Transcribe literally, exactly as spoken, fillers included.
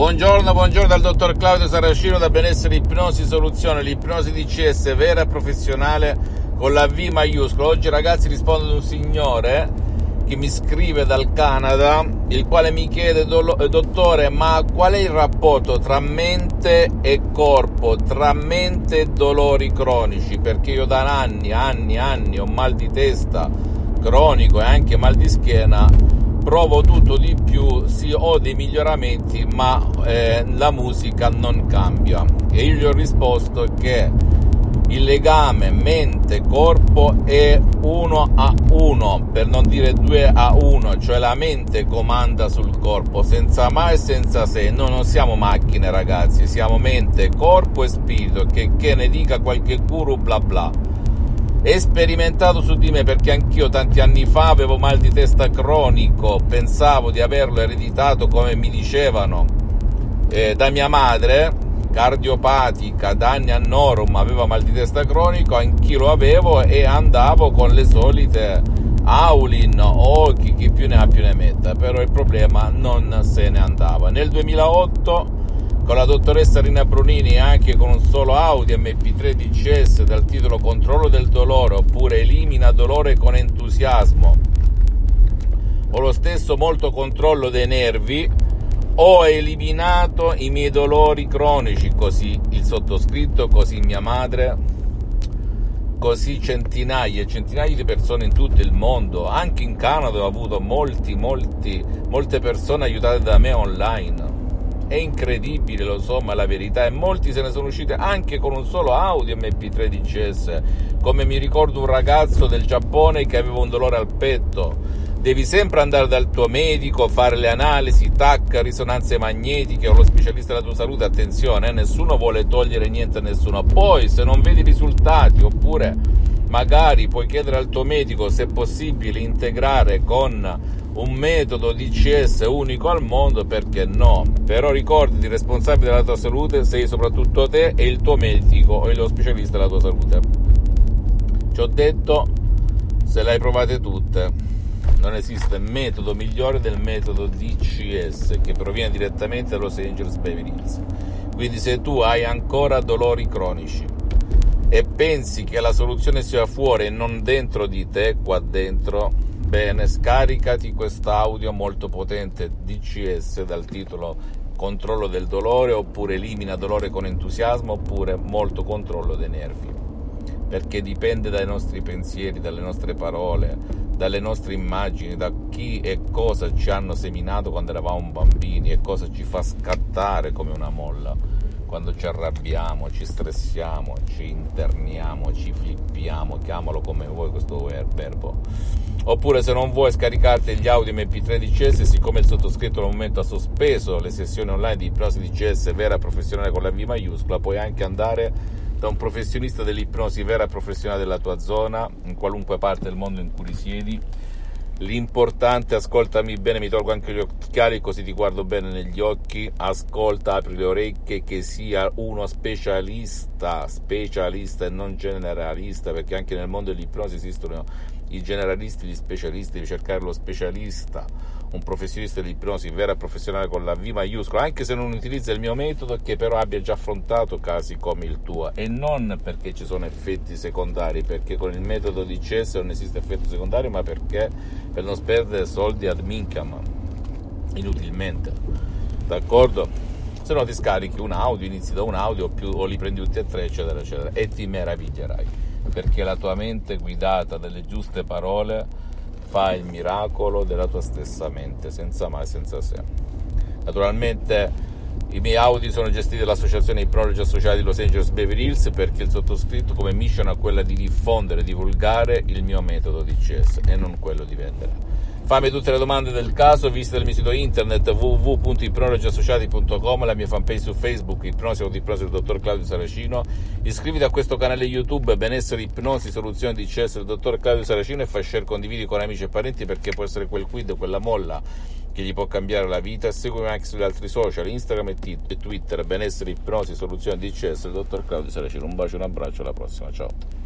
Buongiorno, buongiorno dal dottor Claudio Saracino da Benessere Ipnosi Soluzione, l'ipnosi D C S vera e professionale con la V maiuscola. Oggi ragazzi rispondo ad un signore che mi scrive dal Canada, il quale mi chiede: dottore, ma qual è il rapporto tra mente e corpo, tra mente e dolori cronici? Perché io da anni, anni, anni ho mal di testa cronico e anche mal di schiena, provo tutto di più, sì, ho dei miglioramenti, ma eh, la musica non cambia. E io gli ho risposto che il legame mente-corpo è uno a uno, per non dire due a uno, cioè la mente comanda sul corpo, senza ma e senza se. Noi non siamo macchine ragazzi, siamo mente, corpo e spirito, che, che ne dica qualche guru bla bla. È sperimentato su di me, perché anch'io tanti anni fa avevo mal di testa cronico, pensavo di averlo ereditato, come mi dicevano, eh, da mia madre, cardiopatica, da anni a norum, aveva mal di testa cronico, anch'io lo avevo e andavo con le solite Aulin o chi, chi più ne ha più ne metta, però il problema non se ne andava. Nel duemilaotto con la dottoressa Rina Brunini e anche con un solo audio M P tre D C S dal titolo Controllo del dolore oppure Elimina dolore con entusiasmo, o lo stesso Molto controllo dei nervi, ho eliminato i miei dolori cronici, così il sottoscritto, così mia madre, così centinaia e centinaia di persone in tutto il mondo. Anche in Canada ho avuto molti, molti, molte persone aiutate da me online. È incredibile, lo so, ma la verità è molti se ne sono usciti anche con un solo audio M P tre D C S, come mi ricordo un ragazzo del Giappone che aveva un dolore al petto. Devi sempre andare dal tuo medico, fare le analisi, tac, risonanze magnetiche o lo specialista della tua salute. Attenzione, eh, nessuno vuole togliere niente a nessuno. Poi se non vedi risultati, oppure magari puoi chiedere al tuo medico se è possibile integrare con un metodo D C S unico al mondo, perché no? Però ricordati, responsabile della tua salute sei soprattutto te e il tuo medico o lo specialista della tua salute. Ci ho detto, se le hai provate tutte, non esiste metodo migliore del metodo D C S che proviene direttamente da Los Angeles Beverly Hills. Quindi se tu hai ancora dolori cronici e pensi che la soluzione sia fuori e non dentro di te, qua dentro, bene, scaricati quest'audio molto potente D C S dal titolo Controllo del dolore oppure Elimina dolore con entusiasmo oppure Molto controllo dei nervi, perché dipende dai nostri pensieri, dalle nostre parole, dalle nostre immagini, da chi e cosa ci hanno seminato quando eravamo bambini e cosa ci fa scattare come una molla quando ci arrabbiamo, ci stressiamo, ci interniamo, ci flippiamo, chiamalo come vuoi questo verbo. Oppure se non vuoi scaricarti gli audio M P tre D C S, siccome il sottoscritto al momento ha sospeso le sessioni online di ipnosi D C S vera e professionale con la V maiuscola, puoi anche andare da un professionista dell'ipnosi vera e professionale della tua zona, in qualunque parte del mondo in cui risiedi. L'importante, ascoltami bene, mi tolgo anche gli occhiali così ti guardo bene negli occhi, ascolta, apri le orecchie, che sia uno specialista, specialista e non generalista, perché anche nel mondo dell'ipnosi esistono i generalisti, gli specialisti. Devi cercare lo specialista, un professionista dell'ipnosi vera e professionale con la V maiuscola, anche se non utilizza il mio metodo, che però abbia già affrontato casi come il tuo, e non perché ci sono effetti secondari, perché con il metodo D C S non esiste effetto secondario, ma perché per non sperdere soldi ad minchiam inutilmente, d'accordo? Se no ti scarichi un audio, inizi da un audio o, più, o li prendi tutti e tre, eccetera eccetera, e ti meraviglierai, perché la tua mente guidata dalle giuste parole fa il miracolo della tua stessa mente, senza mai, senza se. Naturalmente i miei audio sono gestiti dall'associazione Ipnologi Associati di Los Angeles Beverly Hills, perché il sottoscritto come mission è quella di diffondere, divulgare il mio metodo D C S e non quello di vendere. Fammi tutte le domande del caso, visita il mio sito internet w w w punto ipnologi associati punto com, la mia fanpage su Facebook, Ipnosi o Ipnosi del dottor Claudio Saracino. Iscriviti a questo canale YouTube, Benessere Ipnosi Soluzione D C S del dottor Claudio Saracino, e fai share, condividi con amici e parenti, perché può essere quel quid, quella molla che gli può cambiare la vita. Seguimi anche sugli altri social, Instagram e, t- e Twitter, Benessere Ipnosi Soluzione D C S del dottor Claudio Saracino. Un bacio, un abbraccio, alla prossima, ciao.